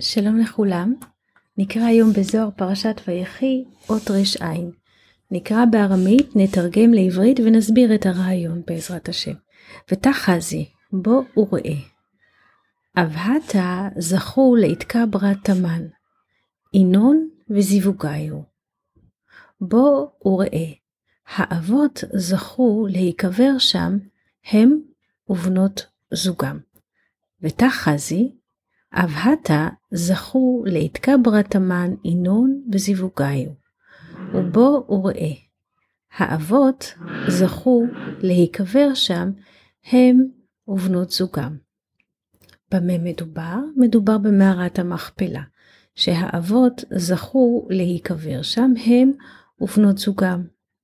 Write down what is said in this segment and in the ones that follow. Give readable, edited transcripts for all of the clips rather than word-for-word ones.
שלום לכולם, נקרא היום בזוהר פרשת ויחי אות רש עין. נקרא בארמית, נתרגם לעברית ונסביר את הרעיון בעזרת השם. ותחזי, בוא וראה. אבהתה זכו להתקברה תמן, אינון וזיווגאיו. בוא וראה, האבות זכו להיקבר שם, הם ובנות זוגם. ותחזי, אבהתה זכו להתקברה תמן, אינון וזיווגאיו. ובוא וראה, האבות זכו להיקבר שם, הם ובנות זוגם. במה מדובר? מדובר במערת המכפלה, שהאבות זכו להיקבר שם, הם ובנות זוגם.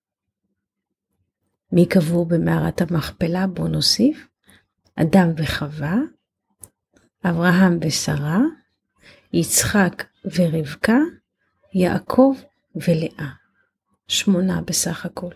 מי קבעו במערת המכפלה? בוא נוסיף. אדם וחווה, אברהם ושרה, יצחק ורבקה, יעקב ולאה. 8 בסך הכל.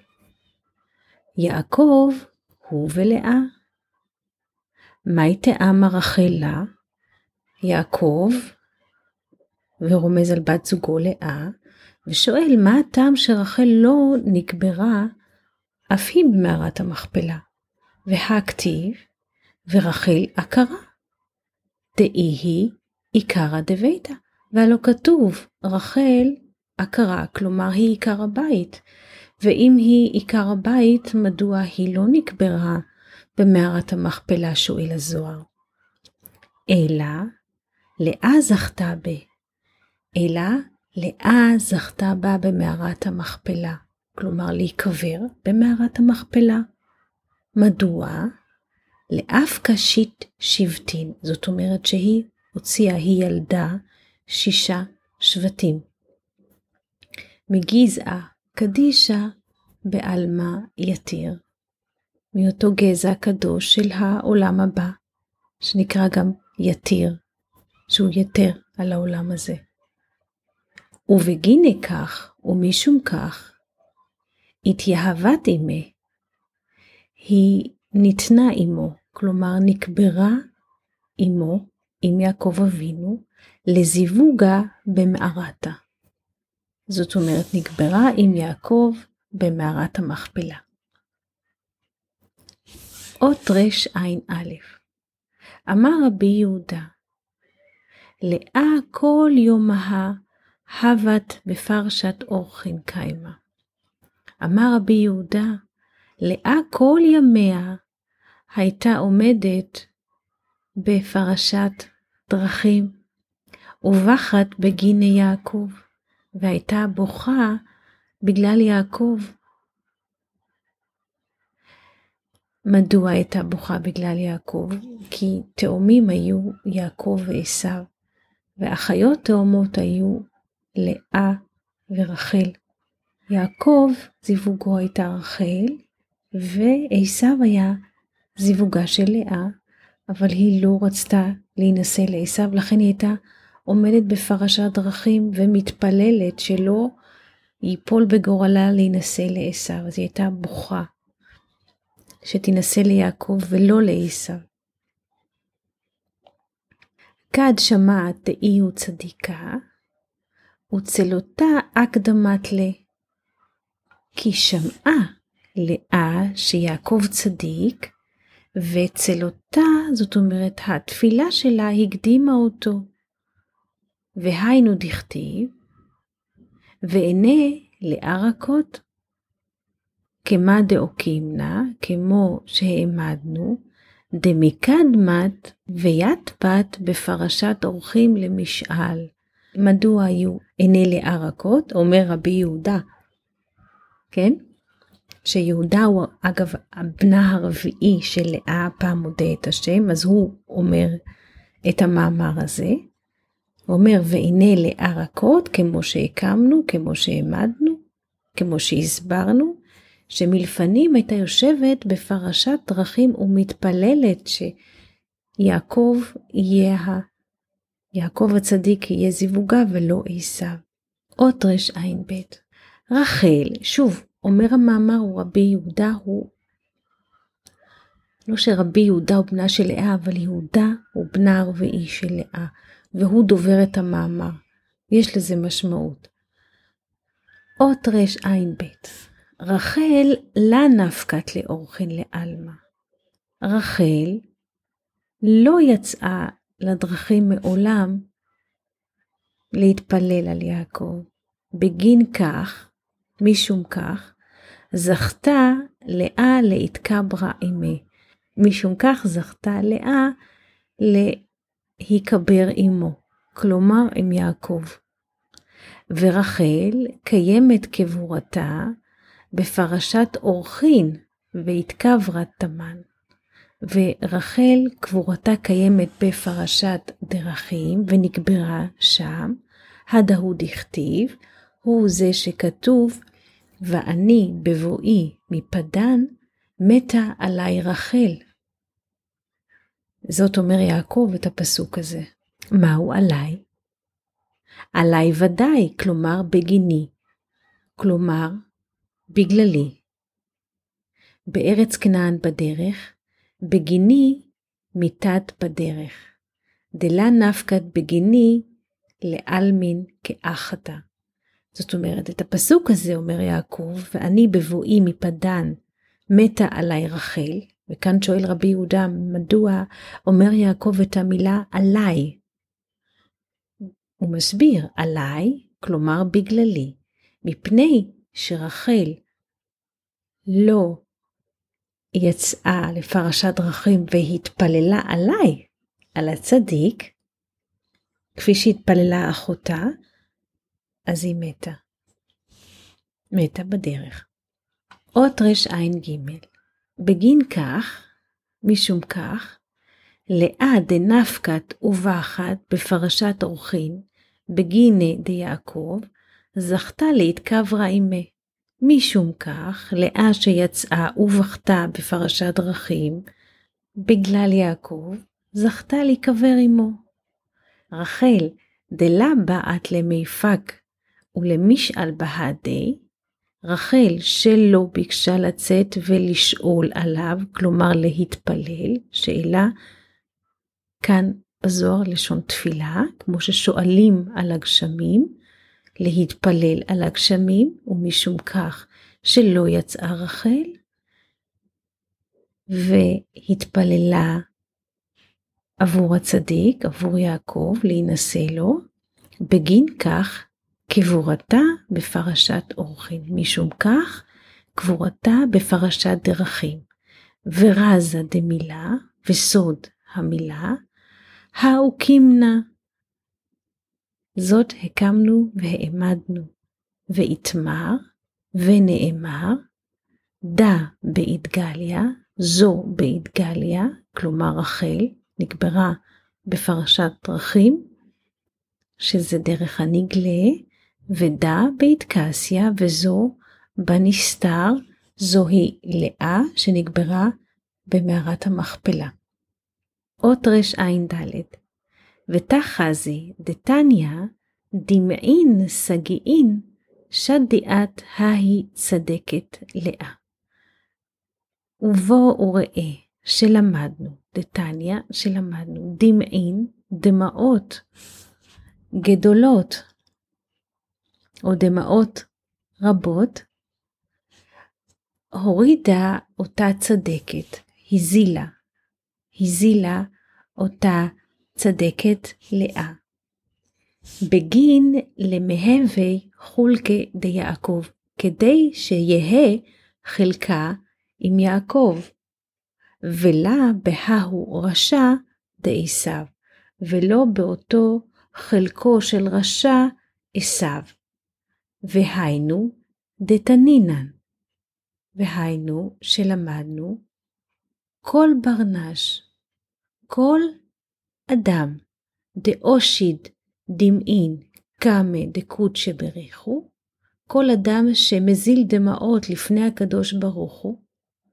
יעקב הוא ולאה. מהי תאמה רחל לה? יעקב, ורומז על בת זוגו לאה, ושואל מה הטעם שרחל לא נקברה אף היא במערת המכפלה. והכתיב, ורחל עקרה. דאי היא עיקרא דביתא, והלא כתוב רחל עקרה, כלומר היא עיקר הבית. ואם היא עיקר הבית, מדוע היא לא נקברה במערת המכפלה, שואל הזוהר. אלא לאה זכתה בה. אלא לאה זכתה בה במערת המכפלה, כלומר להיקבר במערת המכפלה. מדוע? לאף קשית שבטין, זאת אומרת שהיא הוציאה, היא ילדה 6 שבטים. מגזעה קדישה בעלמא יתיר, מאותו גזע קדוש של העולם הבא, שנקרא גם יתיר, שהוא יתר על העולם הזה. ובגיני כך, ומשום כך, התייהבת עמה, היא ניתנה עמו, כלומר נקברה עמו, עם יעקב אבינו, לזיווגה במערתה. זאת אומרת, נקברה עם יעקב במערת המכפלה. אות רש עין א'. אמר רבי יהודה, לאה כל יומها הבת בפרשת אורחין קיימה. אמר רבי יהודה, לאה כל ימיה הייתה עומדת בפרשת דרכים, ובחת בגיני יעקב, והייתה בוכה בגלל יעקב. מדוע הייתה בוכה בגלל יעקב? כי תאומים היו יעקב ועשיו, ואחיות תאומות היו לאה ורחל. יעקב זיווגו הייתה רחל, ועשיו היה זיווגה של לאה, אבל היא לא רצתה להינשא לעשיו, לכן היא הייתה עומדת בפרשת דרכים ומתפללת שלא ייפול בגורלה להינשא לעשיו. אז היא הייתה בוכה שתינשא ליעקב ולא לעשיו. כד שמעת דאי הוא צדיקה, וצלותה הקדמת לה, כי שמעה לאה שיעקב צדיק, וצלותה, זאת אומרת התפילה שלה הקדימה אותו. והיינו דכתיב, ועיני לאה רכות, כמה דאוקימנה, כמו שהעמדנו, דמקדמת ויתפת בפרשת אורחים למשאל. מדוע היו עיני לאה רכות? אומר רבי יהודה, כן? שיהודה הוא אגב הבנה הרביעי של לאה, פעם מודה את השם, אז הוא אומר את המאמר הזה. הוא אומר, והנה לאה רכות, כמו שהקמנו, כמו שהעמדנו, כמו שהסברנו, שמלפנים הייתה יושבת בפרשת דרכים ומתפללת שיעקב יעקב הצדיק יהיה זיווגה ולא עשיו. אות רש עין ב'. רחל, שוב, אומר המאמר, הוא רבי יהודה, הוא לא שרבי יהודה הוא בנה של לאה, אבל יהודה הוא בנה הרביעי של לאה. והוא דובר את המאמר. יש לזה משמעות. אות רש עין בית. רחל לה נפקת לאורחן לעלמא. רחל לא יצאה לדרכים מעולם להתפלל על יעקב. בגין כך, משום כך, זכתה לאה להתקברא עימי. משום כך זכתה לאה להיקבר עמו, כלומר עם יעקב. ורחל קיימת קבורתה בפרשת אורחין והתקברה תמן. ורחל קבורתה קיימת בפרשת דרכים ונקברה שם. הדהו דכתיב, הוא זה שכתוב, ואני בבואי מפדן מתה עלי רחל. זאת אומר יעקב את הפסוק הזה. מהו עלי? עלי ודאי, כלומר בגיני, כלומר בגללי. בארץ כנען בדרך, בגיני מיתת בדרך. דלה נפקת בגיני לעלמין כאחתה. זאת אומרת, את הפסוק הזה אומר יעקב, ואני בבואי מפדן מתה עלי רחל, וכאן שואל רבי יהודה, מדוע אומר יעקב את המילה עלי? הוא מסביר, עלי, כלומר בגללי, מפני שרחל לא יצאה לפרשת דרכים והתפללה עלי, על הצדיק, כפי שהתפללה אחותה, אז היא מתה. מתה בדרך. אות רש עין ג' בגין כך, משום כך, לאה דנפקת ובחת בפרשת אורחין, בגיני דיעקב, זכתה להתקברא עימי. משום כך, לאה שיצאה ובכתה בפרשת דרכים, בגלל יעקב, זכתה להיקבר עמו. רחל דלה באת למיפק ולמשאל בהדי, רחל שלא ביקשה לצאת ולשאול עליו, כלומר להתפלל, שאלה כאן בזוהר לשון תפילה, כמו ששואלים על הגשמים, להתפלל על הגשמים, ומשום כך שלא יצאה רחל, והתפללה עבור הצדיק, עבור יעקב, להינשא לו, בגין כך קבורתה בפרשת אורחין, משום כך קבורתה בפרשת דרכים, ורזה דמילה, וסוד המילה, הוקמנה, זאת הקמנו והעמדנו, ואיתמר ונאמר, דה באתגליה, זו באתגליה, כלומר רחל, נקברה בפרשת דרכים, שזה דרך הנגלה, ודה בהתקסיה, וזו בנסתר, זוהי לאה שנקברה במערת המכפלה. אות רש עין ד' ותחזי דתניא דמעין סגיעין שדיעת ההיא צדקת לאה. ובוא וראה שלמדנו, דתניא שלמדנו, דמעין דמעות גדולות או דמעות רבות, הורידה אותה צדקת, הזילה אותה צדקת לאה. בגין למהווה חולקה דיעקב, כדי שיהא חלקה עם יעקב, ולה בההו רשע דעשיו, ולא באותו חלקו של רשע עשיו. והיינו דתנינן, והיינו שלמדנו, כל ברנש, כל אדם דאושיד דמעין קמא דקודשא בריחו, כל אדם שמזיל דמעות לפני הקדוש ברוך הוא,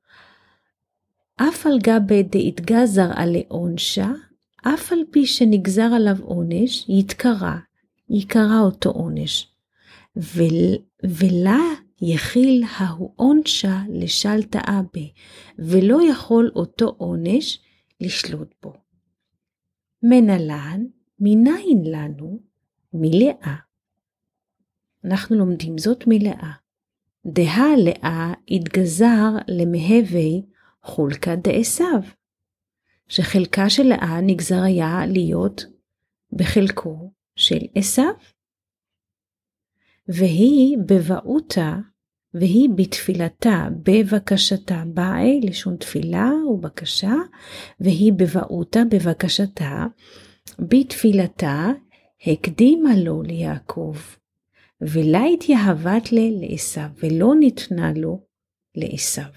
אף על גבי דאתגזר עלי עונשה, אף על פי שנגזר עליו עונש, יקרא אותו עונש. ולה יחיל ההוא עונשה לשלטאה בה, ולא יכול אותו עונש לשלוט בו. מנהלן מניין לנו מלאה. אנחנו לומדים זאת מלאה. דה לאה התגזר למהווה חולקה דעשיו, שחלקה של לאה נגזר היה להיות בחלקו של עשיו. והיא בבאותה, והיא בתפילתה, בבקשתה, באי לשון תפילה ובקשה, והיא בבאותה, בבקשתה, בתפילתה, הקדימה לו ליעקב, ולה התייהבת לעשיו, ולא ניתנה לו לעשיו.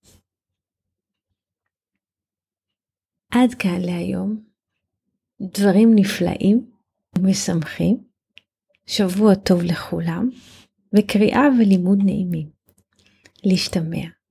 עד כאן להיום. דברים נפלאים ומשמחים. שבוע טוב לכולם, וקריאה ולימוד נעימים. להשתמע.